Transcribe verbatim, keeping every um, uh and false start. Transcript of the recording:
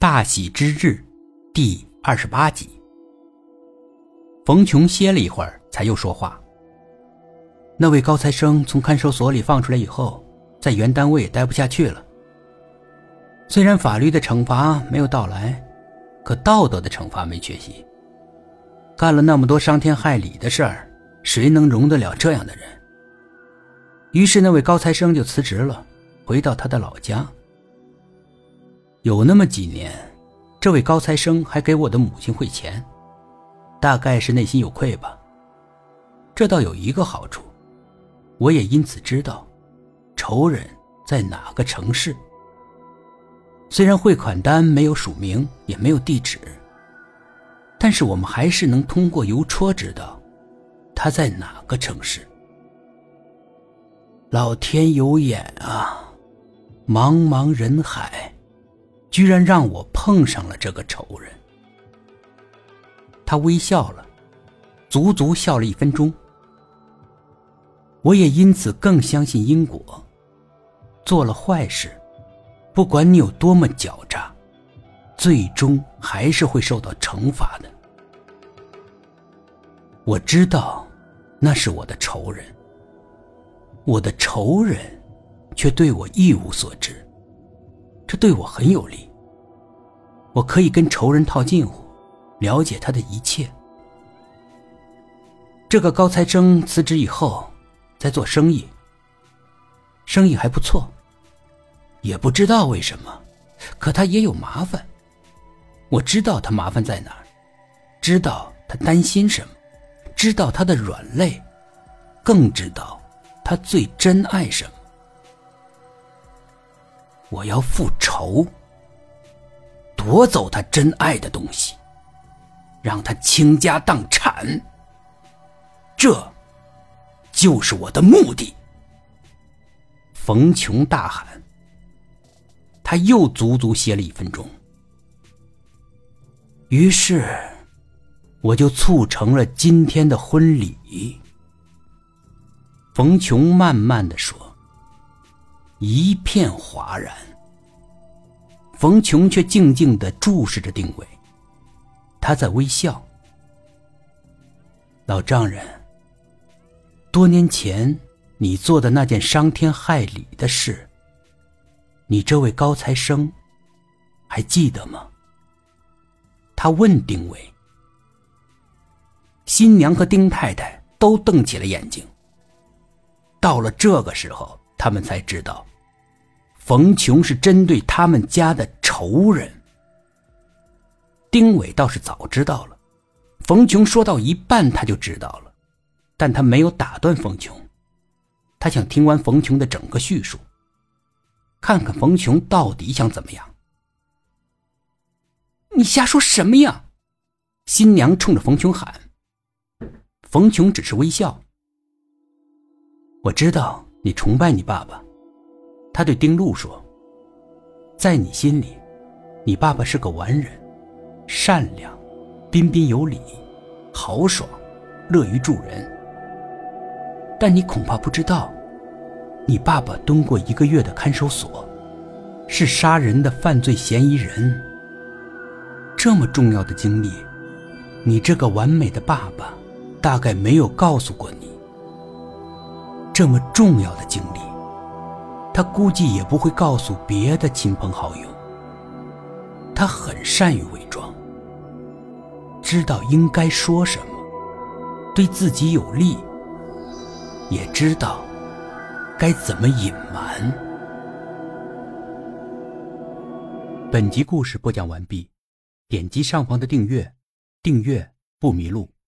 大喜之日第二十八集。冯琼歇了一会儿才又说话。那位高材生从看守所里放出来以后，在原单位也待不下去了。虽然法律的惩罚没有到来，可道德的惩罚没缺席。干了那么多伤天害理的事儿，谁能容得了这样的人？于是那位高材生就辞职了，回到他的老家。有那么几年，这位高材生还给我的母亲汇钱，大概是内心有愧吧。这倒有一个好处，我也因此知道仇人在哪个城市。虽然汇款单没有署名，也没有地址，但是我们还是能通过邮戳知道他在哪个城市。老天有眼啊，茫茫人海，居然让我碰上了这个仇人。他微笑了，足足笑了一分钟。我也因此更相信因果，做了坏事，不管你有多么狡诈，最终还是会受到惩罚的。我知道那是我的仇人，我的仇人却对我一无所知，这对我很有利。我可以跟仇人套近乎，了解他的一切。这个高材生辞职以后在做生意，生意还不错，也不知道为什么，可他也有麻烦。我知道他麻烦在哪儿，知道他担心什么，知道他的软肋，更知道他最珍爱什么。我要复仇，夺走他珍爱的东西，让他倾家荡产，这就是我的目的。冯琼大喊。他又足足歇了一分钟。于是我就促成了今天的婚礼。冯琼慢慢地说。一片哗然。冯琼却静静地注视着丁伟，他在微笑。老丈人，多年前你做的那件伤天害理的事，你这位高材生还记得吗？他问丁伟。新娘和丁太太都瞪起了眼睛。到了这个时候，他们才知道冯琼是针对他们家的仇人。丁伟倒是早知道了，冯琼说到一半他就知道了，但他没有打断冯琼，他想听完冯琼的整个叙述，看看冯琼到底想怎么样。你瞎说什么呀？新娘冲着冯琼喊。冯琼只是微笑。我知道你崇拜你爸爸，他对丁路说，在你心里，你爸爸是个完人，善良，彬彬有礼，豪爽，乐于助人。但你恐怕不知道，你爸爸蹲过一个月的看守所，是杀人的犯罪嫌疑人。这么重要的经历，你这个完美的爸爸大概没有告诉过你。这么重要的经历，他估计也不会告诉别的亲朋好友。他很善于伪装，知道应该说什么，对自己有利，也知道该怎么隐瞒。本集故事播讲完毕，点击上方的订阅，订阅不迷路。